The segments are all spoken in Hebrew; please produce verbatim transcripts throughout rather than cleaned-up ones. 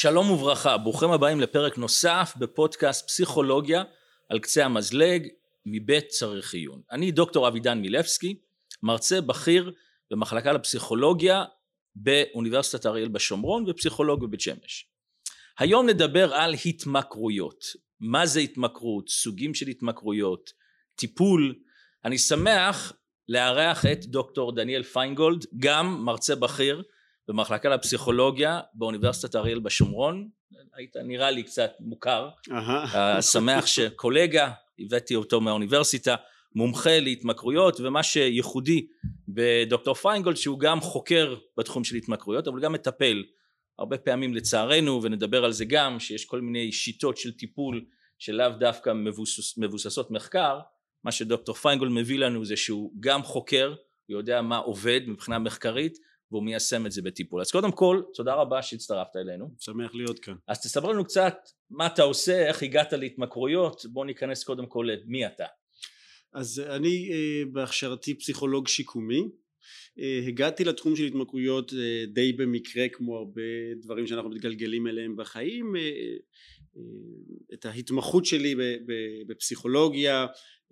שלום וברכה, ברוכים הבאים לפרק נוסף בפודקאסט פסיכולוגיה על קצה המזלג מבית צריך עיון. אני דוקטור אבידן מילבסקי, מרצה בכיר במחלקה לפסיכולוגיה באוניברסיטת אריאל בשומרון ופסיכולוג בבית שמש. היום נדבר על התמכרויות. מה זה התמכרות, סוגים של התמכרויות, טיפול. אני שמח לארח את דוקטור דניאל פיינגולד, גם מרצה בכיר במחלקה לפסיכולוגיה באוניברסיטת אריאל בשומרון. היית נראה לי קצת מוכר, שמח שקולגה, הבאתי אותו מהאוניברסיטה, מומחה להתמכרויות, ומה שייחודי בדוקטור פיינגולד שהוא גם חוקר בתחום של התמכרויות, אבל גם מטפל הרבה פעמים לצערנו, ונדבר על זה גם, שיש כל מיני שיטות של טיפול שלאו דווקא מבוסס, מבוססות מחקר. מה שדוקטור פיינגולד מביא לנו זה שהוא גם חוקר, הוא יודע מה עובד מבחינה מחקרית, והוא מיישם את זה בטיפול. אז קודם כל, תודה רבה שהצטרפת אלינו. שמח להיות כאן. אז תספר לנו קצת מה אתה עושה, איך הגעת להתמכרויות, בוא ניכנס קודם כל למי אתה. אז אני בהכשרתי פסיכולוג שיקומי, הגעתי לתחום של התמכרויות די במקרה, כמו הרבה דברים שאנחנו מתגלגלים אליהם בחיים. את ההתמחות שלי בפסיכולוגיה,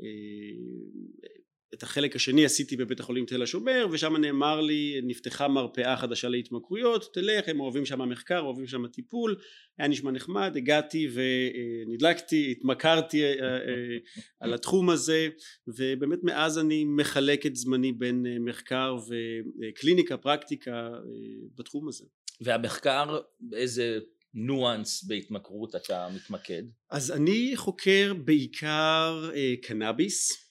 את החלק השני עשיתי בבית החולים תל השומר, ושם נאמר לי נפתחה מרפאה חדשה להתמכרויות, תלך, הם אוהבים שם מחקר, אוהבים שם טיפול, היה נשמע נחמד. הגעתי ונדלקתי, התמכרתי על התחום הזה, ובאמת מאז אני מחלק את זמני בין מחקר וקליניקה, פרקטיקה בתחום הזה. והמחקר, באיזה ניואנס בהתמכרות אתה מתמקד? אז אני חוקר בעיקר קנאביס,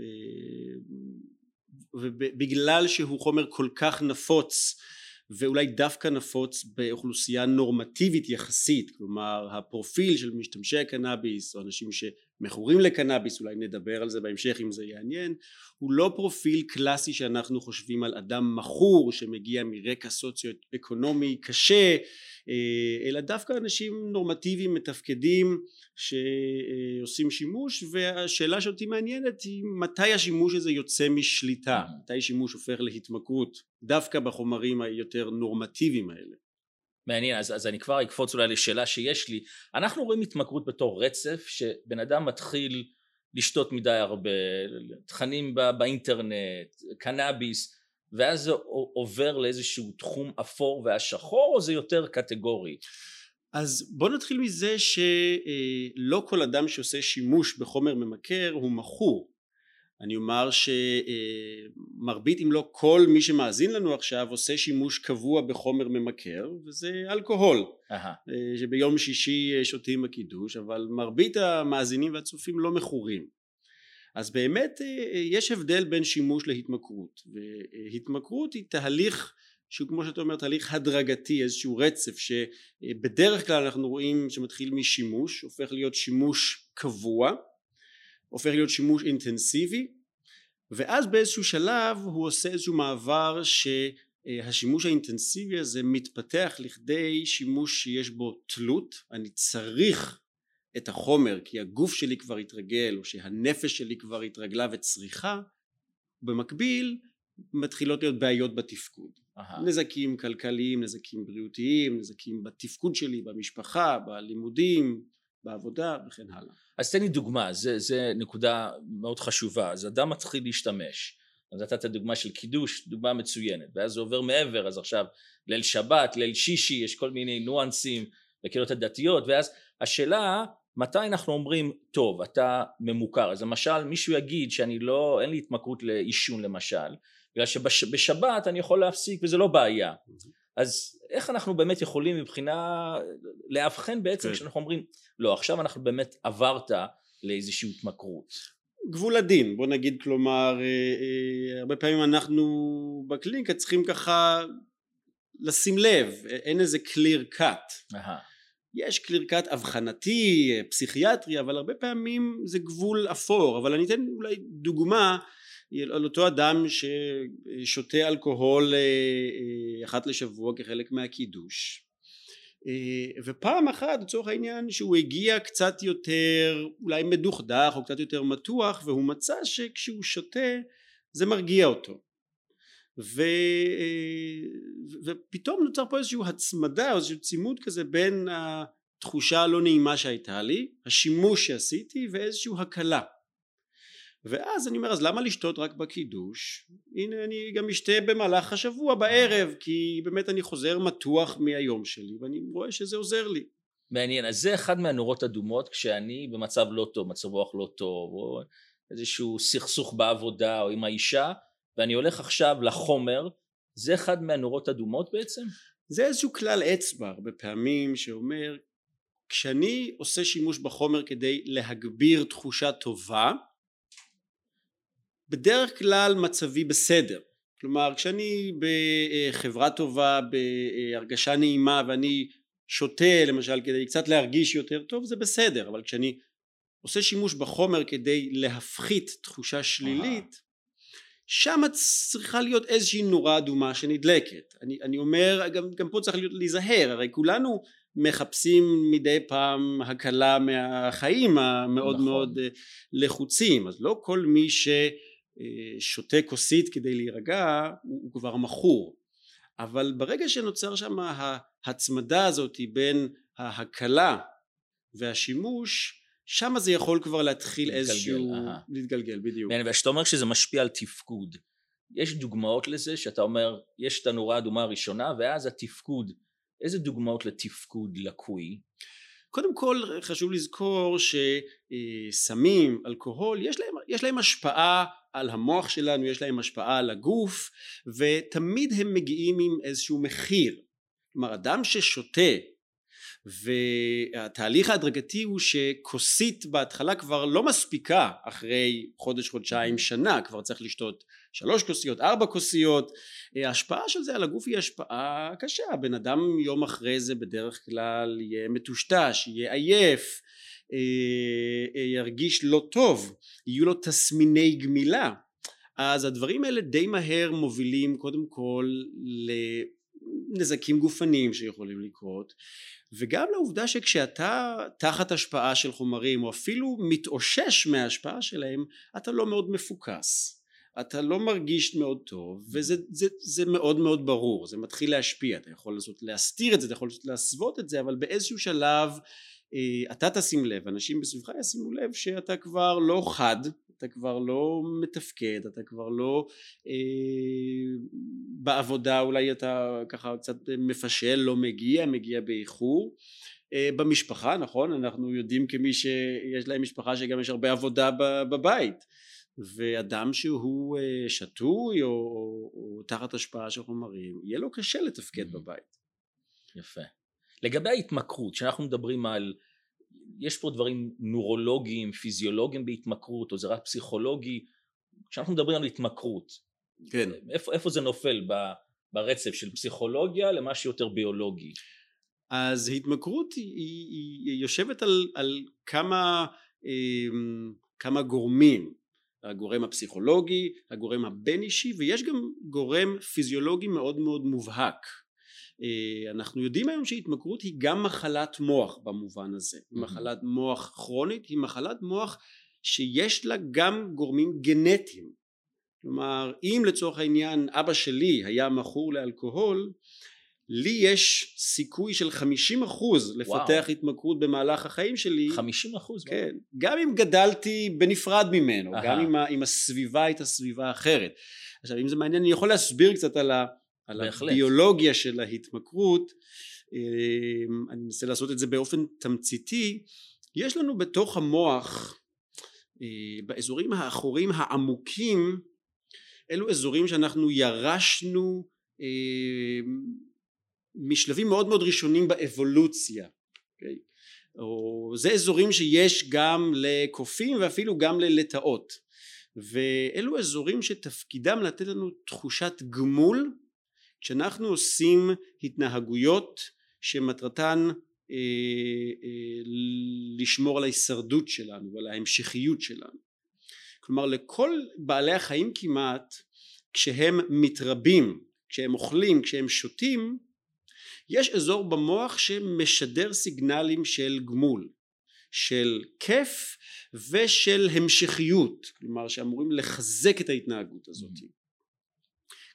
ובגלל שהוא חומר כל כך נפוץ, ואולי דווקא נפוץ באוכלוסייה נורמטיבית יחסית, כלומר הפרופיל של משתמשי הקנאביס או אנשים שמכורים לקנאביס, אולי נדבר על זה בהמשך אם זה יעניין, הוא לא פרופיל קלאסי שאנחנו חושבים על אדם מכור שמגיע מרקע סוציו-אקונומי קשה, אלא דווקא אנשים נורמטיביים מתפקדים שעושים שימוש. והשאלה שאותי מעניינת היא מתי השימוש הזה יוצא משליטה, מתי שימוש הופך להתמכרות דווקא בחומרים היותר נורמטיביים האלה. מעניין. אז, אז אני כבר אקפוץ אולי לשאלה שיש לי. אנחנו רואים התמכרות בתור רצף, שבן אדם מתחיל לשתות מדי הרבה תכנים בא, באינטרנט, קנאביס, ואז זה עובר לאיזשהו תחום אפור והשחור, או זה יותר קטגורי? אז בוא נתחיל מזה שלא כל אדם שעושה שימוש בחומר ממכר הוא מכור. אני אומר שמרבית אם לא כל מי שמאזין לנו עכשיו עושה שימוש קבוע בחומר ממכר, וזה אלכוהול. Aha. שביום שישי שותים הקידוש, אבל מרבית המאזינים והצופים לא מכורים. אז באמת יש הבדל בין שימוש להתמכרות, והתמכרות היא תהליך שהוא כמו שאתה אומר תהליך הדרגתי, איזשהו רצף שבדרך כלל אנחנו רואים שמתחיל משימוש, הופך להיות שימוש קבוע, הופך להיות שימוש אינטנסיבי, ואז באיזשהו שלב הוא עושה איזשהו מעבר שהשימוש האינטנסיבי הזה מתפתח לכדי שימוש שיש בו תלות. אני צריך את החומר כי הגוף שלי כבר התרגל, או שהנפש שלי כבר התרגלה וצריכה. במקביל מתחילות להיות בעיות בתפקוד, Aha. נזקים כלכליים, נזקים בריאותיים, נזקים בתפקוד שלי, במשפחה, בלימודים, בעבודה וכן הלאה. אז תן לי דוגמה, זה, זה נקודה מאוד חשובה. אז אדם מתחיל להשתמש, אז נתת דוגמה של קידוש, דוגמה מצוינת, ואז זה עובר מעבר, אז עכשיו ליל שבת, ליל שישי, יש כל מיני ניואנסים בקהילות הדתיות, ואז השאלה מתי אנחנו אומרים טוב אתה ממוכר. אז למשל מישהו יגיד שאני לא, אין לי התמכרות לעישון למשל, בגלל שבשבת אני יכול להפסיק וזה לא בעיה. אז איך אנחנו באמת יכולים מבחינה להבחן בעצם כשאנחנו אומרים לא עכשיו אנחנו באמת עברת לאיזושהי התמכרות? גבול הדין בוא נגיד, כלומר הרבה פעמים אנחנו בקליניקה צריכים ככה לשים לב, אין איזה clear cut. יש clear cut אבחנתי פסיכיאטרי, אבל הרבה פעמים זה גבול אפור. אבל אני אתן אולי דוגמה על אותו אדם ששותה אלכוהול אחת לשבוע כחלק מהקידוש, ופעם אחת לצורך העניין שהוא הגיע קצת יותר אולי מדוכדך או קצת יותר מתוח, והוא מצא שכשהוא שותה זה מרגיע אותו. ו... ופתאום נוצר פה איזשהו הצמדה או איזשהו צימוד כזה בין התחושה הלא נעימה שהייתה לי, השימוש שעשיתי ואיזשהו הקלה. ואז אני אומר, אז למה לשתות רק בקידוש? הנה אני גם אשתה במהלך השבוע בערב, כי באמת אני חוזר מתוח מהיום שלי ואני רואה שזה עוזר לי. מעניין, אז זה אחד מהנורות אדומות כשאני במצב לא טוב, מצב רוח לא טוב, או איזשהו סכסוך בעבודה או עם האישה, ואני הולך עכשיו לחומר, זה אחד מהנורות אדומות בעצם? זה איזשהו כלל אצבע הרבה פעמים שאומר, כשאני עושה שימוש בחומר כדי להגביר תחושה טובה, בדרך כלל מצבי בסדר. כלומר, כשאני בחברה טובה, בהרגשה נעימה ואני שותה למשל כדי קצת להרגיש יותר טוב, זה בסדר. אבל כשאני עושה שימוש בחומר כדי להפחית תחושה שלילית, שם צריכה להיות איזושהי נורה אדומה שנדלקת. אני, אני אומר, גם, גם פה צריך להיות להיזהר, הרי כולנו מחפשים מדי פעם הקלה מהחיים המאוד נכון. מאוד לחוצים, אז לא כל מי ששותה כוסית כדי להירגע הוא, הוא כבר מכור, אבל ברגע שנוצר שם ההצמדה הזאת בין ההקלה והשימוש, שם זה יכול כבר להתחיל להתגלגל, איזשהו אה. להתגלגל בדיוק. ואתה אומר שזה משפיע על תפקוד, יש דוגמאות לזה שאתה אומר יש את הנורה האדומה הראשונה ואז התפקוד, איזה דוגמאות לתפקוד לקוי? קודם כל חשוב לזכור שסמים, אלכוהול, יש להם, יש להם השפעה על המוח שלנו, יש להם השפעה על הגוף, ותמיד הם מגיעים עם איזשהו מחיר. כלומר, אדם ששותה, והתהליך ההדרגתי הוא שכוסית בהתחלה כבר לא מספיקה אחרי חודש, חודשיים, שנה, כבר צריך לשתות שלוש כוסיות, ארבע כוסיות. ההשפעה של זה על הגוף היא השפעה קשה, בן אדם יום אחרי זה בדרך כלל יהיה מטושטש, יהיה עייף, ירגיש לא טוב, יהיו לו תסמיני גמילה. אז הדברים האלה די מהר מובילים קודם כל לנזקים גופניים שיכולים לקרות, וגם לעובדה שכשאתה תחת השפעה של חומרים או אפילו מתאושש מההשפעה שלהם, אתה לא מאוד מפוקס, אתה לא מרגיש מאוד טוב, וזה זה, זה מאוד מאוד ברור, זה מתחיל להשפיע. אתה יכול לעשות להסתיר את זה, אתה יכול להסוות את זה, אבל באיזשהו שלב אתה תשים לב, אנשים בסביבך ישימו לב שאתה כבר לא חד, אתה כבר לא מתפקד, אתה כבר לא אה, בעבודה, אולי אתה ככה קצת מפשל, לא מגיע, מגיע באיחור. אה, במשפחה, נכון, אנחנו יודעים כמי שיש להם משפחה שגם יש הרבה עבודה בבית, ואדם שהוא אה, שתוי או, או, או תחת השפעה של חומרים, יהיה לו קשה לתפקד בבית. יפה. לגבי ההתמכרות, שאנחנו מדברים על, יש פה דברים נורולוגיים, פיזיולוגיים בהתמכרות, או זה רק פסיכולוגי, כשאנחנו מדברים על התמכרות, כן. איפה, איפה זה נופל ברצף של פסיכולוגיה למה שיותר ביולוגי? אז התמכרות היא, היא, היא יושבת על, על כמה, כמה גורמים, הגורם הפסיכולוגי, הגורם הבין אישי, ויש גם גורם פיזיולוגי מאוד מאוד מובהק. אנחנו יודעים היום שהתמכרות היא גם מחלת מוח במובן הזה, mm-hmm. מחלת מוח כרונית, היא מחלת מוח שיש לה גם גורמים גנטיים. כלומר, אם לצורך העניין אבא שלי היה מכור לאלכוהול, לי יש סיכוי של חמישים אחוז לפתח וואו. התמכרות במהלך החיים שלי. חמישים אחוז? כן, גם אם גדלתי בנפרד ממנו, Aha. גם אם, אם הסביבה הייתה סביבה אחרת. עכשיו, אם זה מעניין, אני יכול להסביר קצת על ה... על בהחלט. הביולוגיה של ההתמכרות. אני מנסה לעשות את זה באופן תמציתי. יש לנו בתוך המוח, באזורים האחוריים העמוקים, אלו אזורים שאנחנו ירשנו משלבים מאוד מאוד ראשונים באבולוציה. Okay? או זה אזורים שיש גם לקופים ואפילו גם ללטאות. ואלו אזורים שתפקידם לתת לנו תחושת גמול, כשאנחנו עושים התנהגויות שמטרתן אה, אה, לשמור על ההישרדות שלנו ועל ההמשכיות שלנו. כלומר, לכל בעלי החיים כמעט, כשהם מתרבים, כשהם אוכלים, כשהם שותים, יש אזור במוח שמשדר סיגנלים של גמול, של כיף ושל המשכיות, כלומר שאמורים לחזק את ההתנהגות הזאת.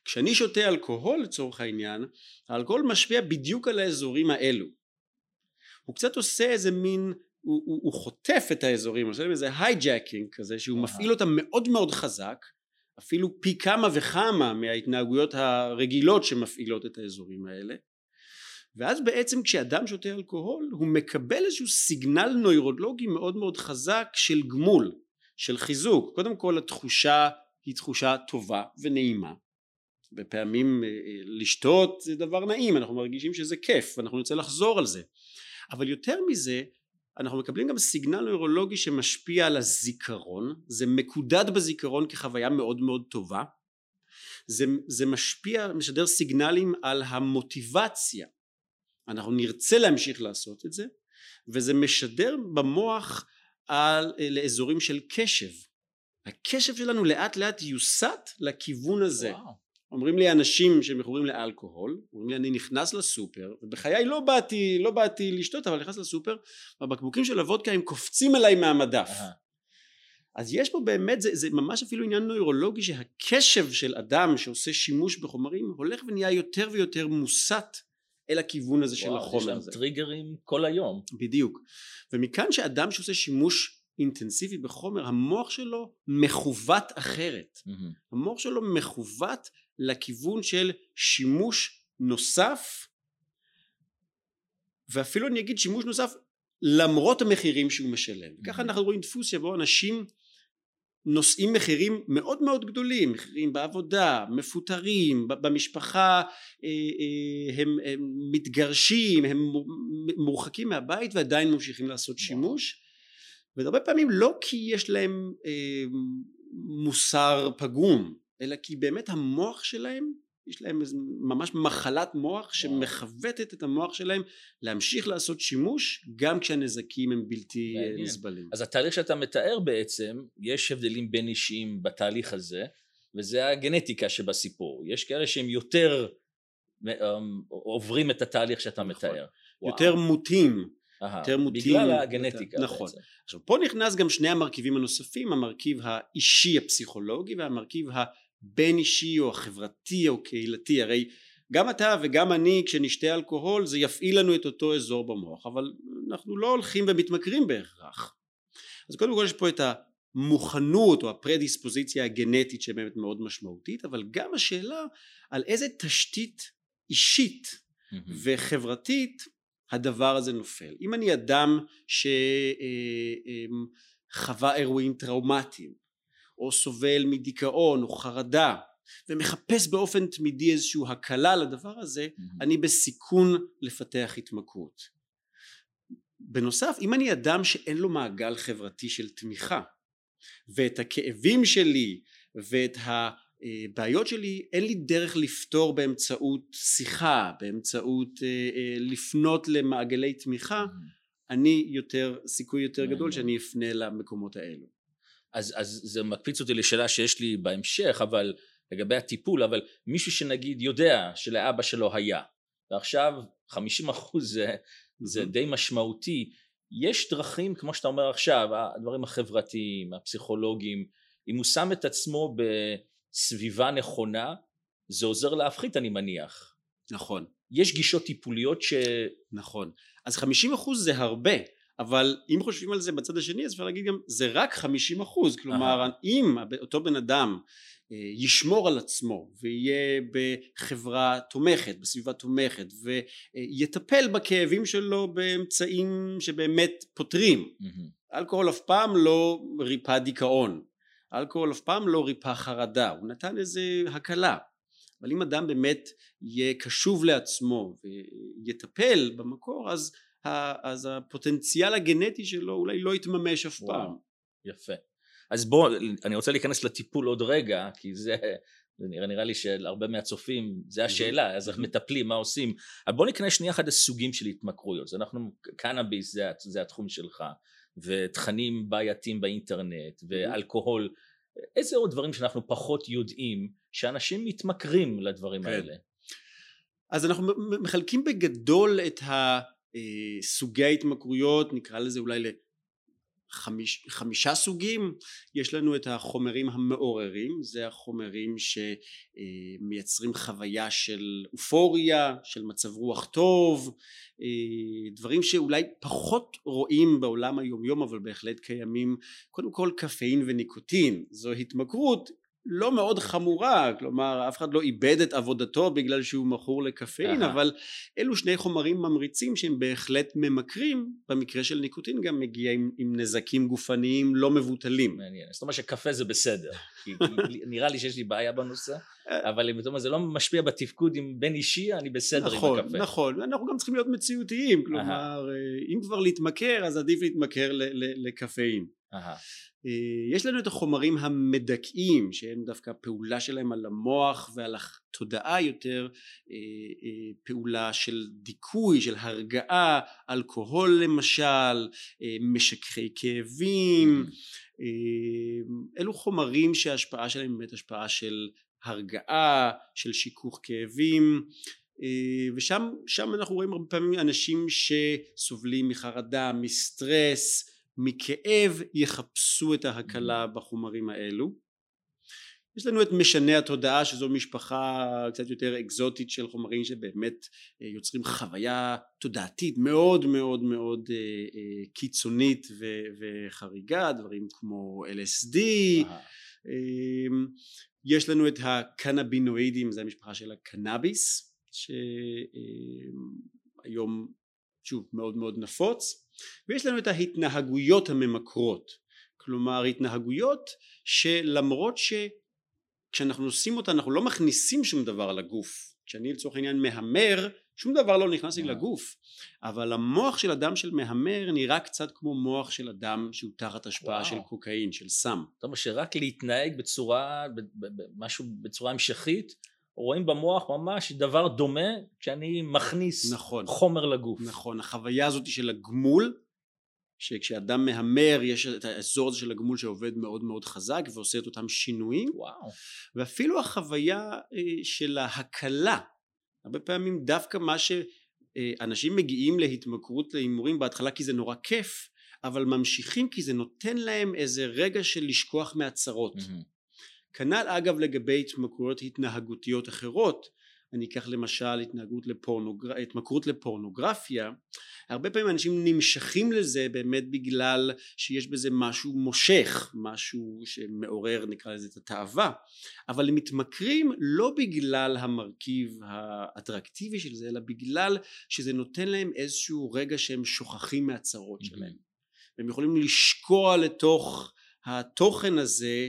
כשאני שותה אלכוהול לצורך העניין, האלכוהול משפיע בדיוק על האזורים האלו. הוא קצת עושה איזה מין, הוא, הוא, הוא חוטף את האזורים, הוא עושה להם איזה הייג'קינג כזה, שהוא מפעיל אותם מאוד מאוד חזק, אפילו פי כמה וכמה מההתנהגויות הרגילות שמפעילות את האזורים האלה. ואז בעצם כשאדם שותה אלכוהול הוא מקבל איזשהו סיגנל נוירולוגי מאוד מאוד חזק של גמול, של חיזוק. קודם כל התחושה היא תחושה טובה ונעימה, בפעמים לשתות זה דבר נעים, אנחנו מרגישים שזה כיף ואנחנו נרצה לחזור על זה, אבל יותר מזה אנחנו מקבלים גם סיגנל נוירולוגי שמשפיע על הזיכרון, זה מקודד בזיכרון כחוויה מאוד מאוד טובה, זה, זה משפיע, משדר סיגנלים על המוטיבציה, אנחנו נרצה להמשיך לעשות את זה, וזה משדר במוח על, לאזורים של קשב, הקשב שלנו לאט לאט יוסט לכיוון הזה. וואו. אומרים לי אנשים שמכורים לאלכוהול, אומרים לי אני נכנס לסופר, ובחיי לא באתי, לא באתי לשתות, אבל נכנס לסופר, והבקבוקים של הוודקה הם קופצים אליי מהמדף. אז יש פה באמת, זה, זה ממש אפילו עניין נוירולוגי, שהקשב של אדם שעושה שימוש בחומרים, הולך ונהיה יותר ויותר מוסט אל הכיוון הזה של החומר הזה. וואו, יש שם טריגרים כל היום. בדיוק. ומכאן שאדם שעושה שימוש אינטנסיבי בחומר, המוח שלו מכוות אחרת. Mm-hmm. המוח שלו מכוות לכיוון של שימוש נוסף, ואפילו אני אגיד שימוש נוסף למרות המחירים שהוא משלם. Mm-hmm. ככה אנחנו רואים דפוס שבו אנשים נושאים מחירים מאוד מאוד גדולים, מחירים בעבודה, מפוטרים, במשפחה, הם, הם מתגרשים, הם מורחקים מהבית ועדיין ממשיכים לעשות שימוש, והרבה פעמים לא כי יש להם אה, מוסר פגום, אלא כי באמת המוח שלהם, יש להם ממש מחלת מוח שמחוותת את המוח שלהם להמשיך לעשות שימוש גם כשהנזקים הם בלתי מעניין. נסבלים. אז התהליך שאתה מתאר בעצם, יש הבדלים בין אישיים בתהליך הזה, וזה הגנטיקה שבסיפור. יש כאלה שהם יותר עוברים את התהליך שאתה נכון. מתאר. יותר וואו. מוטים. יותר מוטים. בגלל הגנטיקה. נכון. בעצם. עכשיו פה נכנס גם שני המרכיבים הנוספים, המרכיב האישי הפסיכולוגי והמרכיב הבין אישי או החברתי או קהילתי. הרי גם אתה וגם אני כשנשתה אלכוהול זה יפעיל לנו את אותו אזור במוח, אבל אנחנו לא הולכים ומתמכרים בהכרח. אז קודם כל יש פה את המוכנות או הפרדיספוזיציה הגנטית שבאמת מאוד משמעותית, אבל גם השאלה על איזה תשתית אישית mm-hmm. וחברתית הדבר הזה נופל. אם אני אדם שחווה אירועים טראומטיים או סובל מדיכאון או חרדה ומחפש באופן תמידי איזשהו הקלה לדבר הזה, mm-hmm. אני בסיכון לפתח התמכרות. בנוסף, אם אני אדם שאין לו מעגל חברתי של תמיכה ואת הכאבים שלי ואת הבעיות שלי אין לי דרך לפתור באמצעות שיחה, באמצעות לפנות למעגלי תמיכה, mm-hmm. אני יותר, סיכוי יותר גדול mm-hmm. שאני אפנה למקומות האלו. אז, אז זה מקפיץ אותי לשאלה שיש לי בהמשך, אבל לגבי הטיפול, אבל מישהו שנגיד יודע שלאבא שלו היה, ועכשיו חמישים אחוז זה, זה די משמעותי, יש דרכים כמו שאתה אומר עכשיו, הדברים החברתיים, הפסיכולוגיים, אם הוא שם את עצמו בסביבה נכונה, זה עוזר להפחית אני מניח. נכון. יש גישות טיפוליות ש... נכון. אז חמישים אחוז זה הרבה, אבל אם חושבים על זה בצד השני, אז אפשר להגיד גם זה רק חמישים אחוז, כלומר אם אותו בן אדם ישמור על עצמו ויהיה בחברה תומכת, בסביבה תומכת, ויטפל בכאבים שלו באמצעים שבאמת פותרים. Mm-hmm. אלכוהול אף פעם לא ריפא דיכאון, אלכוהול אף פעם לא ריפא חרדה, הוא נתן איזה הקלה. אבל אם אדם באמת יהיה קשוב לעצמו ויטפל במקור, אז, אז הפוטנציאל הגנטי שלו אולי לא יתממש אף וואו. פעם. יפה. אז בוא, אני רוצה להיכנס לטיפול עוד רגע, כי זה, זה נראה, נראה לי שהרבה מהצופים, זה השאלה, אז איך מטפלים, מה עושים. אבל בוא ניכנס שנייה אחד לסוגים של התמכרויות. אז אנחנו, קנאביס זה, זה התחום שלך, ותכנים בעייתיים באינטרנט, ואלכוהול. איזה עוד דברים שאנחנו פחות יודעים, שאנשים מתמכרים לדברים האלה? אז אנחנו מחלקים בגדול את סוגי ההתמכרויות, נקרא לזה אולי חמיש, חמישה סוגים. יש לנו את החומרים המעוררים, זה החומרים שמייצרים חוויה של אופוריה, של מצב רוח טוב, דברים שאולי פחות רואים בעולם היומיום אבל בהחלט קיימים. קודם כל קפאין וניקוטין, זו התמכרות לא מאוד חמורה, כלומר אף אחד לא איבד את עבודתו בגלל שהוא מכור לקפאין, אבל אלו שני חומרים ממריצים שהם בהחלט ממכרים. במקרה של ניקוטין גם מגיע עם, עם נזקים גופניים לא מבוטלים. מעניין, זאת אומרת שקפה זה בסדר, כי, כי נראה לי שיש לי בעיה בנושא, אבל אם זה לא משפיע בתפקוד עם בין אישי, אני בסדר נכון, עם הקפה. נכון, אנחנו גם צריכים להיות מציאותיים, כלומר אם כבר להתמכר אז עדיף להתמכר ל- ל- לקפאין. יש לנו את החומרים המדכאים שהם דווקא פעולה שלהם על המוח ועל התודעה יותר, פעולה של דיכוי, של הרגעה, אלכוהול למשל, משככי כאבים, אלו חומרים שההשפעה שלהם באמת השפעה של הרגעה, של שיכוך כאבים, ושם שם אנחנו רואים הרבה פעמים אנשים שסובלים מחרדה, מסטרס, מכאב, יחפשו את ההקלה בחומרים האלו. יש לנו את משני התודעה שזו משפחה קצת יותר אקזוטית של חומרים שבאמת יוצרים חוויה תודעתית מאוד מאוד מאוד קיצונית וחריגה, דברים כמו אל אס די. יש לנו את הקנבינואידים, זה המשפחה של הקנאביס שהיום שוב מאוד מאוד נפוץ. ויש לנו את ההתנהגויות הממכרות, כלומר התנהגויות שלמרות שכשאנחנו עושים אותה אנחנו לא מכניסים שום דבר לגוף. כשאני לצורך העניין מהמר, שום דבר לא נכנס לי לגוף, אבל המוח של אדם של מהמר נראה קצת כמו מוח של אדם שהוא תחת השפעה וואו. של קוקאין, של סם. זאת אומרת שרק להתנהג בצורה, משהו בצורה המשכית, רואים במוח ממש דבר דומה כשאני מכניס נכון, חומר לגוף. נכון, החוויה הזאת של הגמול, שכשאדם מהמר יש את האזור הזה של הגמול שעובד מאוד מאוד חזק ועושה את אותם שינויים. וואו. ואפילו החוויה של ההקלה, הרבה פעמים דווקא מה שאנשים מגיעים להתמכרות להימורים בהתחלה כי זה נורא כיף, אבל ממשיכים כי זה נותן להם איזה רגע של לשכוח מהצרות. Mm-hmm. כנ"ל אגב לגבי התמכרויות התנהגותיות אחרות. אני אקח למשל התנהגות לפורנוגר... התמכרות לפורנוגרפיה. הרבה פעמים אנשים נמשכים לזה באמת בגלל שיש בזה משהו מושך, משהו שמעורר נקרא לזה את התאווה, אבל הם מתמכרים לא בגלל המרכיב האטרקטיבי של זה, אלא בגלל שזה נותן להם איזשהו רגע שהם שוכחים מהצרות שלהם, והם יכולים לשקוע לתוך התוכן הזה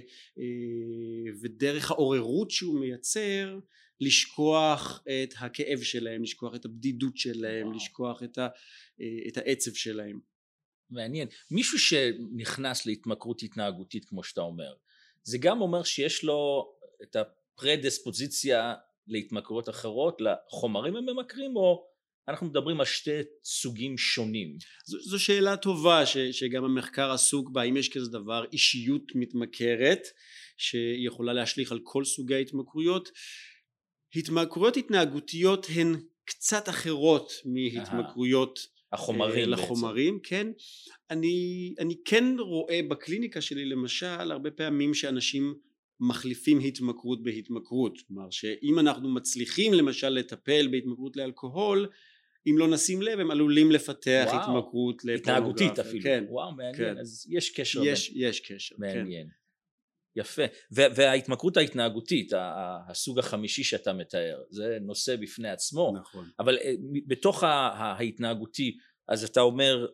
ודרך העוררות שהוא מייצר לשכוח את הכאב שלהם, לשכוח את הבדידות שלהם, וואו. לשכוח את, ה, את העצב שלהם. מעניין. מישהו שנכנס להתמכרות התנהגותית כמו שאתה אומר, זה גם אומר שיש לו את הפרדיספוזיציה להתמכרויות אחרות, לחומרים הממכרים, או אנחנו מדברים על שתי סוגים שונים? זו, זו שאלה טובה ש, שגם המחקר עסוק בה, אם יש כזה דבר אישיות מתמכרת שיכולה להשליך על כל סוגי ההתמכרויות. התמכרויות התנהגותיות הן קצת אחרות מהתמכרויות החומרים לחומרים, כן. אני, אני כן רואה בקליניקה שלי למשל הרבה פעמים שאנשים מחליפים התמכרות בהתמכרות, כלומר שאם אנחנו מצליחים למשל לטפל בהתמכרות לאלכוהול, אם לא נשים לב הם עלולים לפתח וואו. התמכרות לפורנוגרפיה. התנהגותית אפילו. כן. וואו, מעניין. כן. אז יש קשר. יש, בין... יש קשר. מעניין. כן. יפה. וההתמכרות ההתנהגותית, הסוג החמישי שאתה מתאר, זה נושא בפני עצמו. נכון. אבל בתוך ההתנהגותי, אז אתה אומר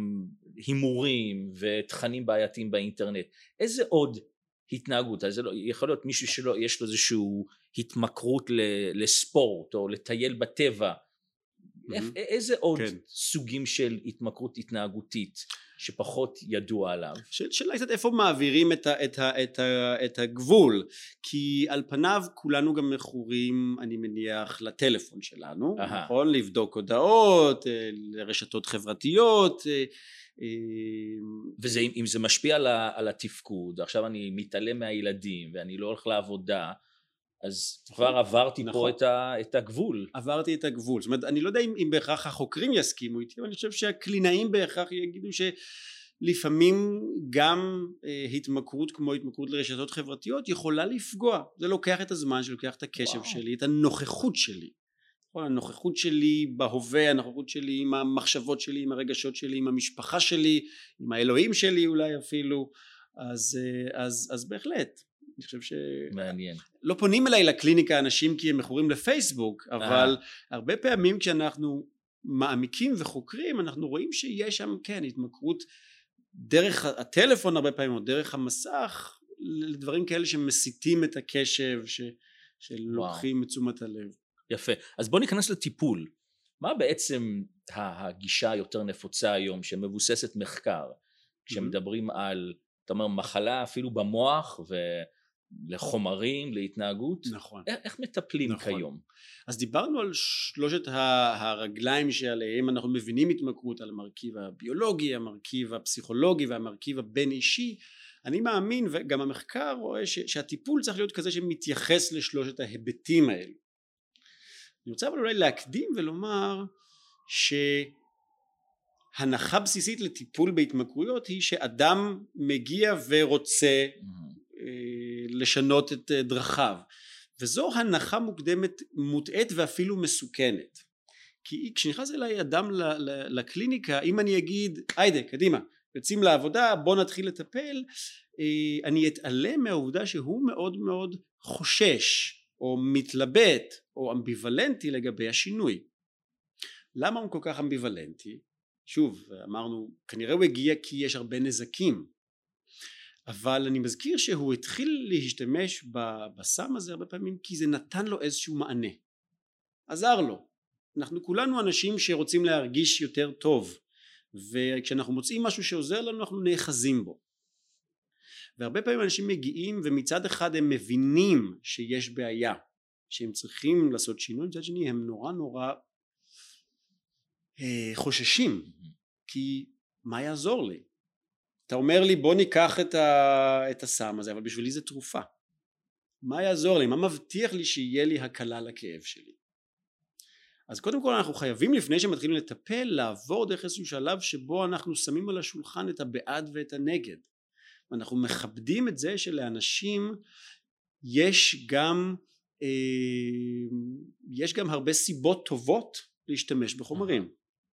הימורים ותכנים בעייתיים באינטרנט. איזה עוד התנהגות? אז לא, יכול להיות מישהו שלא, יש לו איזשהו התמכרות לספורט או לטייל בטבע. Mm-hmm. איזה עוד כן. סוגים של התמכרות התנהגותית שפחות ידוע עליו? שאלה קצת איפה מעבירים את, ה, את, ה, את, ה, את הגבול, כי על פניו כולנו גם מכורים אני מניח לטלפון שלנו, Aha. נכון? לבדוק הודעות, לרשתות חברתיות, וזה אם זה משפיע על, ה, על התפקוד, עכשיו אני מתעלם מהילדים ואני לא הולך לעבודה, אז כבר עברתי נכון. פה את, ה, את הגבול. עברתי את הגבול. זאת אומרת, אני לא יודע אם, אם בהכרח החוקרים יסכימו איתי, אבל אני חושב שהקלינאים בהכרח יגידו ש, לפעמים גם אה, התמכרות כמו התמכרות לרשתות חברתיות יכולה לפגוע. זה לוקח את הזמן שלי, לוקח את הקשב וואו. שלי, את הנוכחות שלי. הנוכחות שלי בהווה, הנוכחות שלי עם המחשבות שלי, עם הרגשות שלי, עם המשפחה שלי, עם האלוהים שלי אולי אפילו. אז, אז, אז בהחלט. אני חושב ש... מעניין. לא פונים אליי לקליניקה אנשים כי הם מכורים לפייסבוק, אבל הרבה פעמים כשאנחנו מעמיקים וחוקרים, אנחנו רואים שיש שם, כן, התמכרות דרך הטלפון הרבה פעמים, או דרך המסך, לדברים כאלה שמסיתים את הקשב, ש... שלוקחים את תשומת הלב. יפה. אז בוא ניכנס לטיפול. מה בעצם הגישה היותר נפוצה היום, שמבוססת מחקר, כשמדברים על, אתה אומר, מחלה אפילו במוח ו... לחומרים, להתנהגות, נכון. איך, איך מטפלים נכון. כיום? אז דיברנו על שלושת הרגליים שעליהם אנחנו מבינים התמכרות, על המרכיב הביולוגי, המרכיב הפסיכולוגי והמרכיב הבין אישי. אני מאמין, וגם המחקר רואה ש, שהטיפול צריך להיות כזה שמתייחס לשלושת ההיבטים האלו. אני רוצה אבל אולי להקדים ולומר שהנחה בסיסית לטיפול בהתמכרויות היא שאדם מגיע ורוצה mm-hmm. לשנות את דרכיו, וזו הנחה מוקדמת מוטעית ואפילו מסוכנת. כי כשנכנס אליי אדם לקליניקה, אם אני אגיד היידה קדימה יוצאים לעבודה בוא נתחיל לטפל, אני אתעלם מהעובדה שהוא מאוד מאוד חושש או מתלבט או אמביוולנטי לגבי השינוי. למה הוא כל כך אמביוולנטי? שוב אמרנו כנראה הוא הגיע כי יש הרבה נזקים, אבל אני מזכיר שהוא התחיל להשתמש בסם הזה הרבה פעמים כי זה נתן לו איזשהו מענה, עזר לו. אנחנו כולנו אנשים שרוצים להרגיש יותר טוב, וכשאנחנו מוצאים משהו שעוזר לנו אנחנו נאחזים בו. והרבה פעמים אנשים מגיעים ומצד אחד הם מבינים שיש בעיה, שהם צריכים לעשות שינוי, מצד שני הם נורא נורא אה, חוששים, כי מה יעזור לי? אתה אומר לי בוא ניקח את, ה, את הסם הזה, אבל בשבילי זה תרופה. מה יעזור לי? מה מבטיח לי שיהיה לי הקלה לכאב שלי? אז קודם כל אנחנו חייבים לפני שמתחילים לטפל לעבור דרך איזשהו שלב שבו אנחנו שמים על השולחן את הבעד ואת הנגד. ואנחנו מכבדים את זה שלאנשים יש גם, אה, יש גם הרבה סיבות טובות להשתמש בחומרים.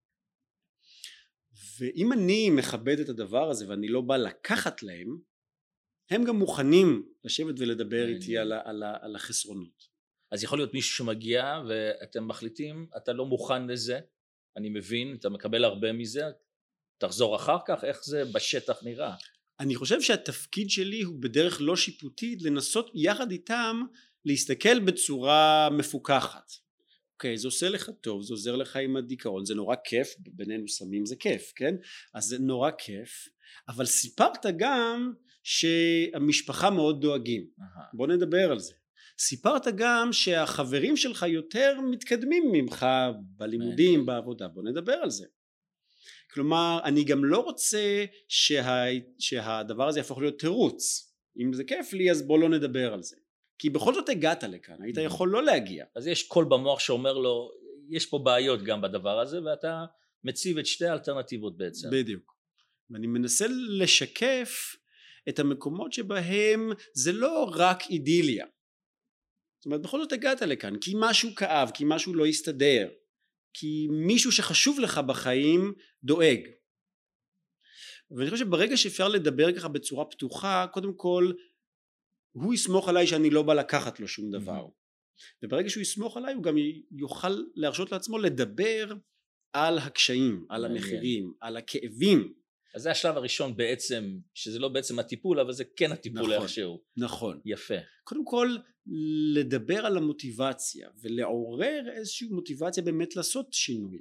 ואם אני מכבד את הדבר הזה ואני לא בא לקחת להם, הם גם מוכנים לשבת ולדבר איתי על, על, על החסרונות. אז יכול להיות מישהו שמגיע ואתם מחליטים, אתה לא מוכן לזה, אני מבין, אתה מקבל הרבה מזה, תחזור אחר כך, איך זה בשטח נראה? אני חושב שהתפקיד שלי הוא בדרך לא שיפוטית לנסות יחד איתם להסתכל בצורה מפוקחת. אוקיי, זה עושה לך טוב, זה עוזר לך עם הדיכאון, זה נורא כיף, בינינו סמים זה כיף, כן? אז זה נורא כיף, אבל סיפרת גם שהמשפחה מאוד דואגים, בוא נדבר על זה. סיפרת גם שהחברים שלך יותר מתקדמים ממך בלימודים, בעבודה, בוא נדבר על זה. כלומר, אני גם לא רוצה שה... שהדבר הזה יהפוך להיות תירוץ. אם זה כיף לי, אז בוא לא נדבר על זה. כי בכל זאת הגעת לכאן, היית יכול לא להגיע. אז יש קול במוח שאומר לו, יש פה בעיות גם בדבר הזה, ואתה מציב את שתי האלטרנטיבות בעצם. בדיוק. ואני מנסה לשקף את המקומות שבהם זה לא רק אידיליה. זאת אומרת, בכל זאת הגעת לכאן, כי משהו כאב, כי משהו לא הסתדר, כי מישהו שחשוב לך בחיים דואג. ואני חושב שברגע שאפשר לדבר ככה בצורה פתוחה, קודם כל, הוא יסמוך עליי שאני לא בא לקחת לו שום דבר. וברגע שהוא יסמוך עליי, הוא גם יוכל להרשות לעצמו לדבר על הקשיים, על המחירים, על הכאבים. אז זה השלב הראשון בעצם, שזה לא בעצם הטיפול, אבל זה כן הטיפול איכשהו. נכון. יפה. קודם כל, לדבר על המוטיבציה, ולעורר איזושהי מוטיבציה באמת לעשות שינוי.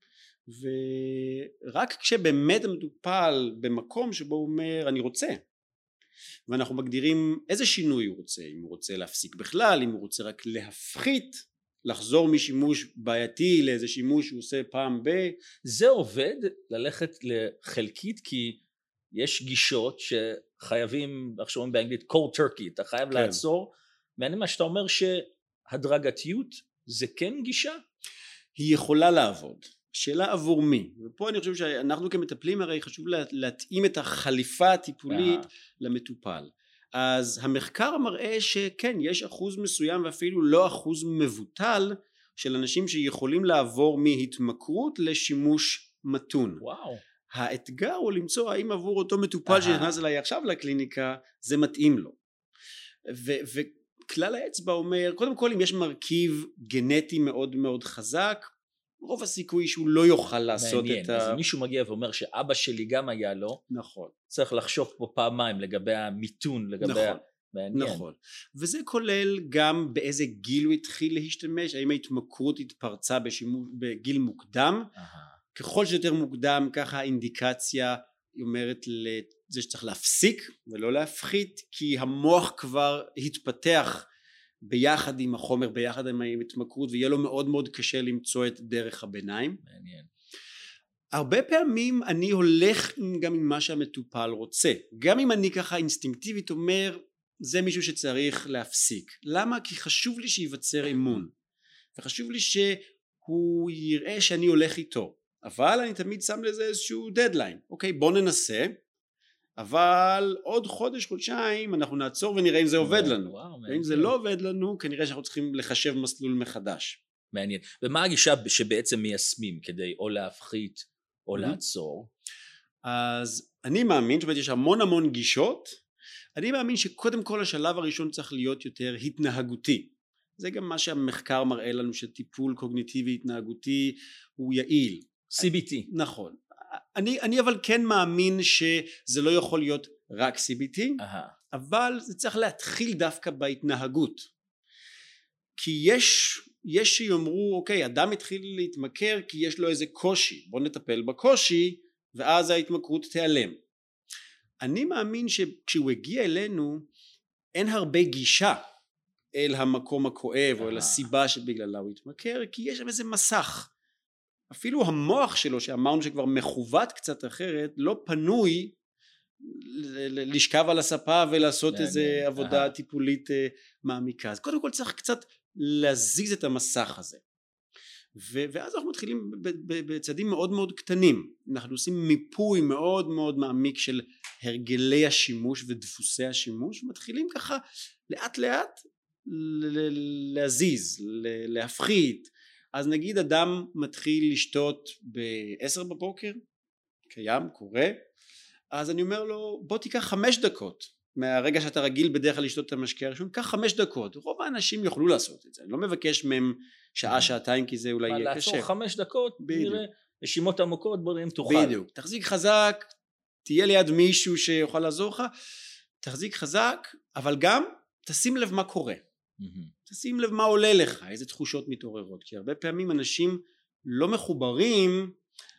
ורק כשבאמת המטופל במקום שבו הוא אומר, אני רוצה, ואנחנו מגדירים איזה שינוי הוא רוצה, אם הוא רוצה להפסיק בכלל, אם הוא רוצה רק להפחית, לחזור משימוש בעייתי לאיזה שימוש שהוא עושה פעם ב... זה עובד ללכת לחלקית, כי יש גישות שחייבים, איך שאומרים באנגלית, cold turkey, אתה חייב כן. לעצור, ואני מה שאתה אומר שהדרגתיות זה כן גישה? היא יכולה לעבוד. שאלה עבור מי, ופה אני חושב שאנחנו כמטפלים הרי חשוב להתאים את החליפה הטיפולית Aha. למטופל. אז המחקר מראה שכן, יש אחוז מסוים ואפילו לא אחוז מבוטל של אנשים שיכולים לעבור מהתמכרות לשימוש מתון. וואו. האתגר הוא למצוא האם עבור אותו מטופל Aha. שנכנס אליי עכשיו לקליניקה זה מתאים לו. ו- וכלל האצבע אומר, קודם כל אם יש מרכיב גנטי מאוד מאוד חזק, רוב הסיכוי שהוא לא יוכל לעשות מעניין. את ה... אז ה... אם מישהו מגיע ואומר שאבא שלי גם היה לו, נכון. צריך לחשוב פה פעמיים לגבי המיתון, לגבי נכון. ה... מעניין. נכון. וזה כולל גם באיזה גיל הוא התחיל להשתמש, האם ההתמכרות התפרצה בשימוש, בגיל מוקדם, Aha. ככל שיותר מוקדם ככה האינדיקציה היא אומרת לזה שצריך להפסיק ולא להפחית, כי המוח כבר התפתח ביחד עם החומר, ביחד עם ההתמכרות, ויהיה לו מאוד מאוד קשה למצוא את דרך הביניים. מעניין. הרבה פעמים אני הולך גם עם מה שהמטופל רוצה, גם אם אני ככה אינסטינקטיבית אומר זה מישהו שצריך להפסיק. למה? כי חשוב לי שיווצר אמון, וחשוב לי שהוא יראה שאני הולך איתו, אבל אני תמיד שם לזה איזשהו דדליין. אוקיי, בוא ננסה, אבל עוד חודש חודשיים אנחנו נעצור ונראה אם זה עובד לנו. וואו, ואם זה לא עובד לנו כנראה שאנחנו צריכים לחשב מסלול מחדש. מעניין. ומה הגישה שבעצם מיישמים כדי או להפחית או Mhm. לעצור? אז אני מאמין שיש המון המון גישות. אני מאמין שקודם כל השלב הראשון צריך להיות יותר התנהגותי. זה גם מה שהמחקר מראה לנו, שטיפול קוגניטיבי התנהגותי הוא יעיל. סי בי טי. נכון. אני, אני אבל כן מאמין שזה לא יכול להיות רק סי בי טי, אהה. אבל זה צריך להתחיל דווקא בהתנהגות. כי יש, יש שיאמרו, אוקיי, אדם התחיל להתמכר כי יש לו איזה קושי, בוא נטפל בקושי ואז ההתמכרות תיעלם. אני מאמין שכשהוא הגיע אלינו אין הרבה גישה אל המקום הכואב או אל הסיבה שבגללה הוא התמכר, כי יש שם איזה מסך. אפילו המוח שלו שאמרנו שכבר מכוות קצת אחרת לא פנוי לשכב על הספה ולעשות איזה עבודה טיפולית מעמיקה. אז קודם כל צריך קצת להזיז את המסך הזה, ואז אנחנו מתחילים בצעדים מאוד מאוד קטנים. אנחנו עושים מיפוי מאוד מאוד מעמיק של הרגלי השימוש ודפוסי השימוש, ומתחילים ככה לאט לאט להזיז, להפחית. אז נגיד אדם מתחיל לשתות בעשר בבוקר, קיים, קורה, אז אני אומר לו בוא תיקח חמש דקות מהרגע שאתה רגיל בדרך כלל לשתות את המשקה הראשון, קח חמש דקות. רוב האנשים יוכלו לעשות את זה, אני לא מבקש מהם שעה שעתיים כי זה אולי יהיה קשה. לעצור חמש דקות, נראה נשימות עמוקות, בוא נראה אם תוכל. בדיוק, תחזיק חזק, תהיה ליד מישהו שיוכל לעזור לך, תחזיק חזק, אבל גם תשים לב מה קורה, תשים לב מה עולה לך, איזה תחושות מתעוררות, כי הרבה פעמים אנשים לא מחוברים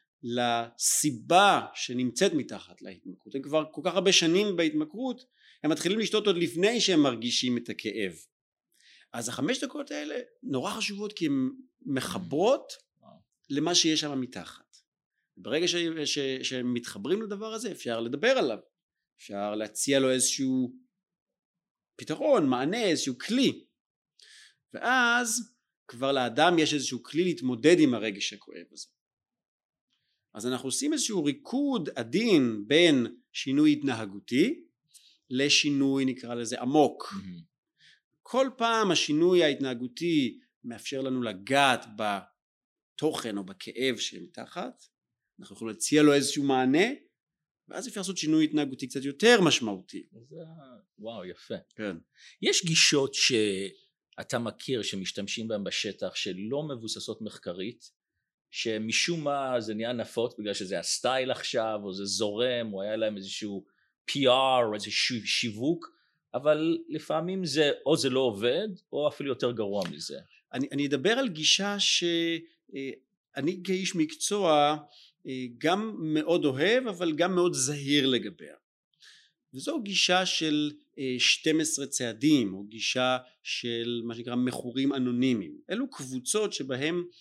לסיבה שנמצאת מתחת להתמכרות. הם כבר כל כך הרבה שנים בהתמכרות, הם מתחילים לשתות עוד לפני שהם מרגישים את הכאב. אז החמש דקות האלה נורא חשובות, כי הן מחברות למה שיש שם מתחת. ברגע ש, ש, שהם מתחברים לדבר הזה אפשר לדבר עליו, אפשר להציע לו איזשהו פתרון, מענה, איזשהו כלי, ואז כבר לאדם יש איזשהו כלי להתמודד עם הרגש הכואב הזה. אז אנחנו עושים איזשהו ריקוד עדין בין שינוי התנהגותי לשינוי נקרא לזה עמוק. Mm-hmm. כל פעם השינוי ההתנהגותי מאפשר לנו לגעת בתוכן או בכאב שמתחת, אנחנו יכולים להציע לו איזשהו מענה, ואז אפשר לעשות שינוי התנהגותי קצת יותר משמעותי. זה... וואו, יפה. כן. יש גישות שאתה מכיר שמשתמשים בהן בשטח שלא מבוססות מחקרית, שמשום מה זה נהיה נפוץ בגלל שזה הסטייל עכשיו, או זה זורם, או היה להם איזשהו פי אר או איזשהו שיווק, אבל לפעמים זה או זה לא עובד או אפילו יותר גרוע מזה. אני, אני אדבר על גישה שאני כאיש מקצוע גם מאוד אוהב אבל גם מאוד זהיר לגביה, וזו גישה של שנים עשר צעדים, או גישה של מה שנקרא מכורים אנונימיים. אלו קבוצות שבהם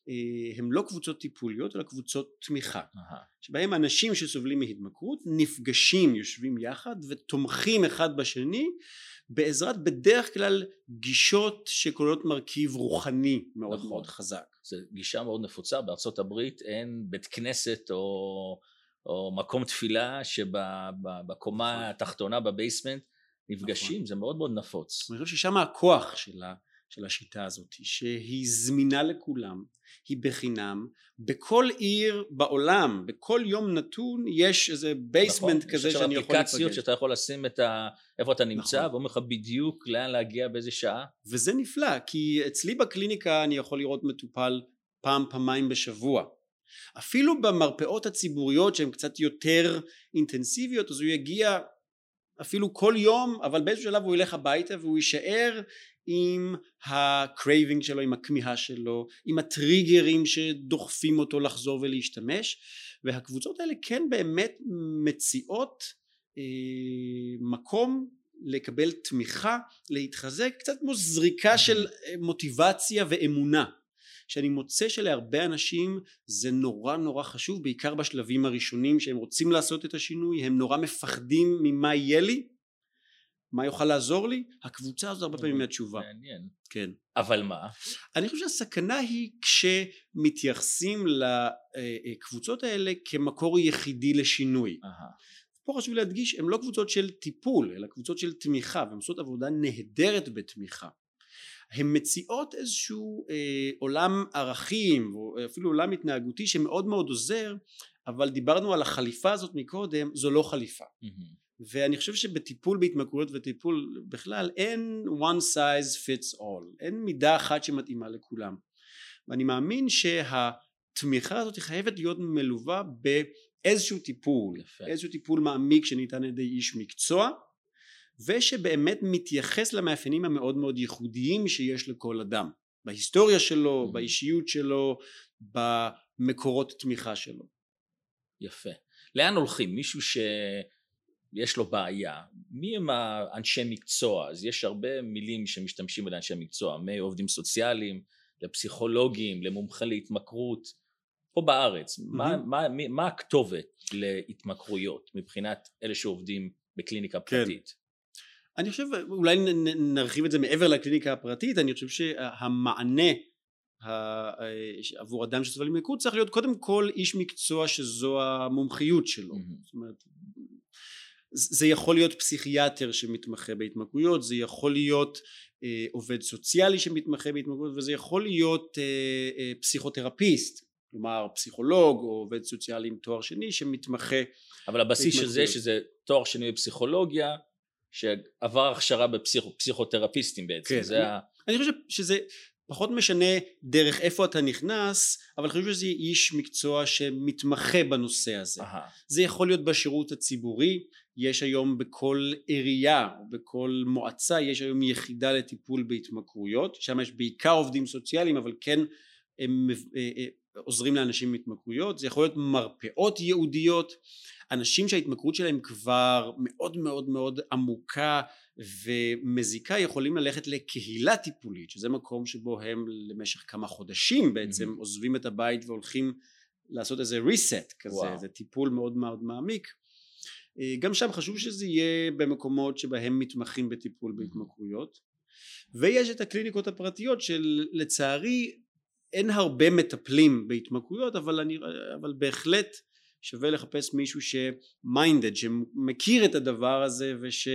הם לא קבוצות טיפוליות אלא קבוצות תמיכה, שבהם אנשים שסובלים מהתמכרות נפגשים, יושבים יחד ותומכים אחד בשני בעזרת בדרך כלל גישות שכוללות מרכיב רוחני מאוד נכון. מאוד חזק. זו גישה מאוד נפוצה, בארצות הברית אין בית כנסת או, או מקום תפילה שבקומה נכון. התחתונה בבייסמנט נפגשים, נכון. זה מאוד מאוד נפוץ. אני חושב ששם הכוח שלה של השיטה הזאת, שהיא זמינה לכולם, היא בחינם, בכל עיר בעולם, בכל יום נתון יש איזה בייסמנט נכון, כזה שאני יכול לפגש. אפליקציות שאתה יכול לשים את ה... איפה אתה נמצא, נכון. ואומר לך בדיוק לאן להגיע באיזה שעה. וזה נפלא, כי אצלי בקליניקה אני יכול לראות מטופל פעם פעמיים בשבוע. אפילו במרפאות הציבוריות שהן קצת יותר אינטנסיביות, אז הוא יגיע אפילו כל יום, אבל באיזשהו שלב הוא ילך הביתה והוא יישאר עם הקרייבינג שלו, עם הכמיהה שלו, עם הטריגרים שדוחפים אותו לחזור ולהשתמש, והקבוצות האלה כן באמת מציעות אה, מקום לקבל תמיכה, להתחזק, קצת כמו זריקה של מוטיבציה ואמונה, שאני מוצא שלהרבה אנשים זה נורא נורא חשוב, בעיקר בשלבים הראשונים שהם רוצים לעשות את השינוי, הם נורא מפחדים ממה יהיה לי, מה יוכל לעזור לי? הקבוצה הזו הרבה פעמים מהתשובה. מעניין. כן. אבל מה? אני חושב שהסכנה היא כשמתייחסים לקבוצות האלה כמקור יחידי לשינוי. פה חשוב להדגיש, הן לא קבוצות של טיפול, אלא קבוצות של תמיכה, והן עושות עבודה נהדרת בתמיכה. הן מציעות איזשהו אה, עולם ערכים, או אפילו עולם התנהגותי שמאוד מאוד עוזר, אבל דיברנו על החליפה הזאת מקודם, זו לא חליפה. ואני חושב שבטיפול בהתמכרויות וטיפול בכלל אין one size fits all, אין מידה אחת שמתאימה לכולם, ואני מאמין שהתמיכה הזאת חייבת להיות מלווה באיזשהו טיפול, יפה. איזשהו טיפול מעמיק שניתן על ידי איש מקצוע, ושבאמת מתייחס למאפיינים המאוד מאוד ייחודיים שיש לכל אדם, בהיסטוריה שלו, mm-hmm. באישיות שלו, במקורות תמיכה שלו. יפה. לאן הולכים? מישהו ש... יש לו בעיה, מי הם האנשי מקצוע? אז יש הרבה מילים שמשתמשים על אנשי מקצוע, מעובדים סוציאליים, לפסיכולוגים, למומחים להתמכרות, פה בארץ, mm-hmm. מה, מה, מה הכתובת להתמכרויות מבחינת אלה שעובדים בקליניקה פרטית? כן. אני חושב, אולי נרחיב את זה מעבר לקליניקה הפרטית, אני חושב שהמענה עבור אדם שסובל מהתמכרות צריך להיות קודם כל איש מקצוע שזו המומחיות שלו, mm-hmm. זאת אומרת, זה יכול להיות פסיכיאטר שמתמחה בהתמכרויות, זה יכול להיות אה, עובד סוציאלי שמתמחה בהתמכרויות, וזה יכול להיות אה, אה, פסיכותרפיסט, כלומר פסיכולוג או עובד סוציאלי עם תואר שני שמתמחה. אבל הבסיס של זה שזה תואר שני בפסיכולוגיה שעבר הכשרה בפסיכותרפיסטים בעצם. כן, זה אני, ה... אני חושב שזה פחות משנה דרך איפה אתה נכנס, אבל חשוב שזה איש מקצוע שמתמחה בנושא הזה. Aha. זה יכול להיות בשירות הציבורי, יש היום בכל עירייה, בכל מועצה, יש היום יחידה לטיפול בהתמכרויות, שם יש בעיקר עובדים סוציאליים, אבל כן הם עוזרים לאנשים עם התמכרויות, זה יכול להיות מרפאות ייעודיות, אנשים שההתמכרות שלהם כבר מאוד מאוד מאוד עמוקה ומזיקה, יכולים ללכת לקהילה טיפולית, שזה מקום שבו הם למשך כמה חודשים בעצם mm-hmm. עוזבים את הבית והולכים לעשות איזה reset כזה, wow. זה טיפול מאוד מאוד מעמיק. גם שם חשוב שזה יהיה במקומות שבהם מתמחים בטיפול mm-hmm. בהתמכרויות, ויש את הקליניקות הפרטיות שלצערי אין הרבה מטפלים בהתמכרויות, אבל, אני, אבל בהחלט שווה לחפש מישהו שמיינדד, שמכיר את הדבר הזה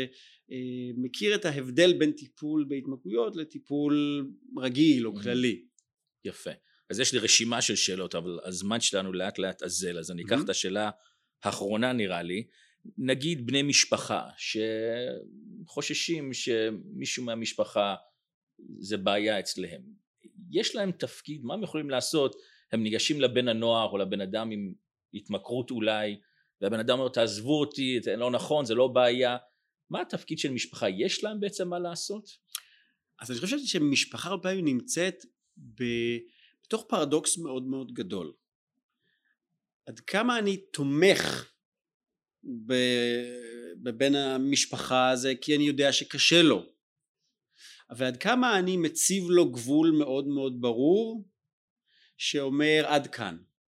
ושמכיר את ההבדל בין טיפול בהתמכרויות לטיפול רגיל או כללי. יפה. אז יש לי רשימה של שאלות, אבל הזמן שלנו לאט לאט אזל, אז אני אקח את השאלה האחרונה נראה לי. נגיד בני משפחה שחוששים שמישהו מהמשפחה זה בעיה אצלהם. יש להם תפקיד, מה הם יכולים לעשות? הם ניגשים לבן הנוער או לבן אדם עם התמכרות אולי, והבן אדם אומר תעזבו אותי, זה לא נכון, זה לא בעיה. מה התפקיד של משפחה? יש להם בעצם מה לעשות? אז אני חושב שמשפחה הרבה פעמים נמצאת בתוך פרדוקס מאוד מאוד גדול. עד כמה אני תומך בבן המשפחה הזה כי אני יודע שקשה לו, ועד כמה אני מציב לו גבול מאוד מאוד ברור שאומר עד כאן.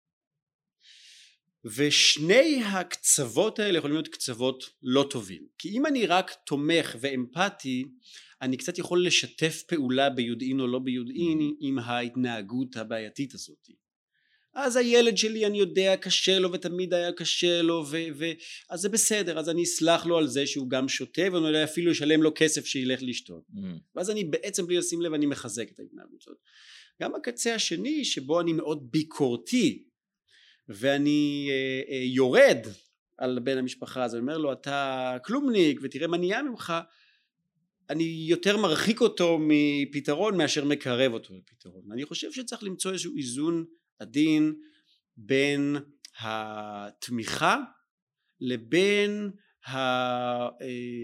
ושני הקצוות האלה יכולים להיות קצוות לא טובים, כי אם אני רק תומך ואמפתי, אני קצת יכול לשתף פעולה ביודעין או לא ביודעין עם ההתנהגות הבעייתית הזאת. אז הילד שלי, אני יודע, קשה לו ותמיד היה קשה לו, ו- ו- אז זה בסדר, אז אני אסלח לו על זה שהוא גם שותה, ואני אולי אפילו אשלם לו כסף שילך לשתות. Mm. ואז אני בעצם בלי לשים לב, אני מחזק את ההתנהגות הזאת. גם הקצה השני, שבו אני מאוד ביקורתי, ואני אה, אה, יורד על בן המשפחה הזה, אומר לו, אתה כלומניק, ותראה מה נהיה ממך, אני יותר מרחיק אותו מפתרון, מאשר מקרב אותו לפתרון. אני חושב שצריך למצוא איזשהו איזון עדין בין התמיכה לבין הקו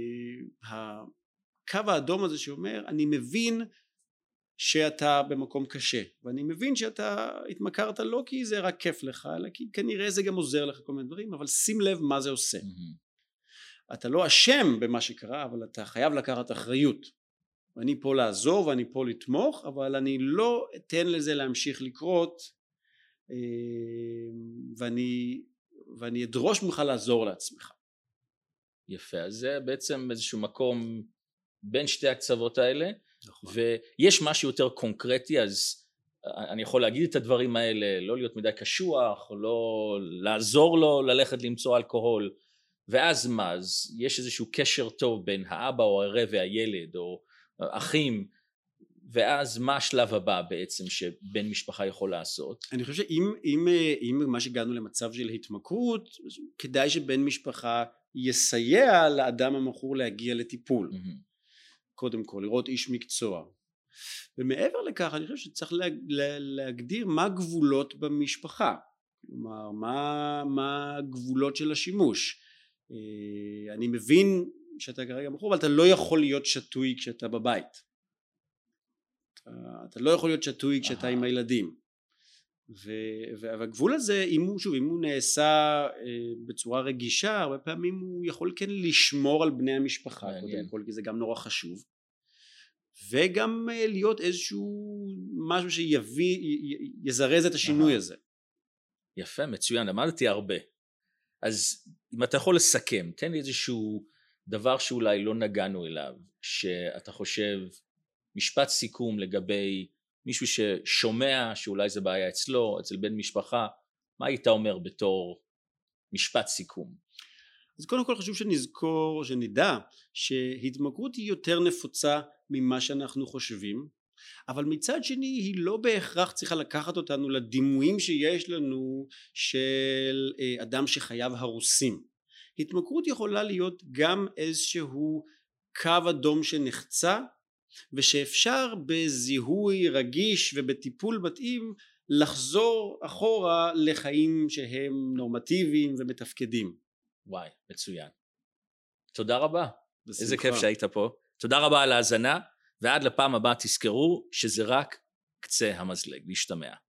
האדום הזה שאומר אני מבין שאתה במקום קשה ואני מבין שאתה התמכרת לא כי זה רק כיף לך אלא כי כנראה זה גם עוזר לך כל מיני דברים, אבל שים לב מה זה עושה. mm-hmm. אתה לא אשם במה שקרה, אבל אתה חייב לקחת אחריות, ואני פה לעזור ואני פה לתמוך, אבל אני לא אתן לזה להמשיך לקרות, ואני, ואני אדרוש ממך לעזור לעצמך. יפה, אז זה בעצם איזשהו מקום בין שתי הקצוות האלה. נכון. ויש משהו יותר קונקרטי, אז אני יכול להגיד את הדברים האלה, לא להיות מדי קשוח, או לא לעזור לו ללכת למצוא אלכוהול, ואז מה? אז יש איזשהו קשר טוב בין האבא או ההורה והילד, או אחים, ואז מה השלב הבא בעצם שבן משפחה יכול לעשות? אני חושב שאם אם, אם מה שהגענו למצב של התמכרות, כדאי שבן משפחה יסייע לאדם המכור להגיע לטיפול. Mm-hmm. קודם כל, לראות איש מקצוע. ומעבר לכך, אני חושב שצריך להגדיר מה גבולות במשפחה. כלומר, מה, מה הגבולות של השימוש. אני מבין שאתה כרגע מכור, אבל אתה לא יכול להיות שטוי כשאתה בבית. אתה לא יכול להיות שטוי כשאתה עם הילדים. והגבול הזה, אם הוא, שוב, אם הוא נעשה בצורה רגישה, הרבה פעמים הוא יכול כן לשמור על בני המשפחה, קודם כל, כי זה גם נורא חשוב. וגם להיות איזשהו משהו שיביא, יזרז את השינוי הזה. יפה, מצוין, למדתי הרבה. אז אם אתה יכול לסכם, תן לי איזשהו דבר שאולי לא נגענו אליו, שאתה חושב משפט סיכום לגבי מישהו ששומע שאולי זה בעיה אצלו, אצל בן משפחה, מה היית אומר בתור משפט סיכום? אז קודם כל חשוב שנזכור, שנדע שהתמכרות היא יותר נפוצה ממה שאנחנו חושבים, אבל מצד שני היא לא בהכרח צריכה לקחת אותנו לדימויים שיש לנו של אדם שחייו הרוסים. התמכרות יכולה להיות גם איזשהו קו אדום שנחצה, ושאפשר בזיהוי רגיש ובטיפול מתאים לחזור אחורה לחיים שהם נורמטיביים ומתפקדים. וואי, מצוין. תודה רבה. בשמחה. איזה כיף שהיית פה. תודה רבה על ההאזנה, ועד לפעם הבאה תזכרו שזה רק קצה המזלג. להשתמע.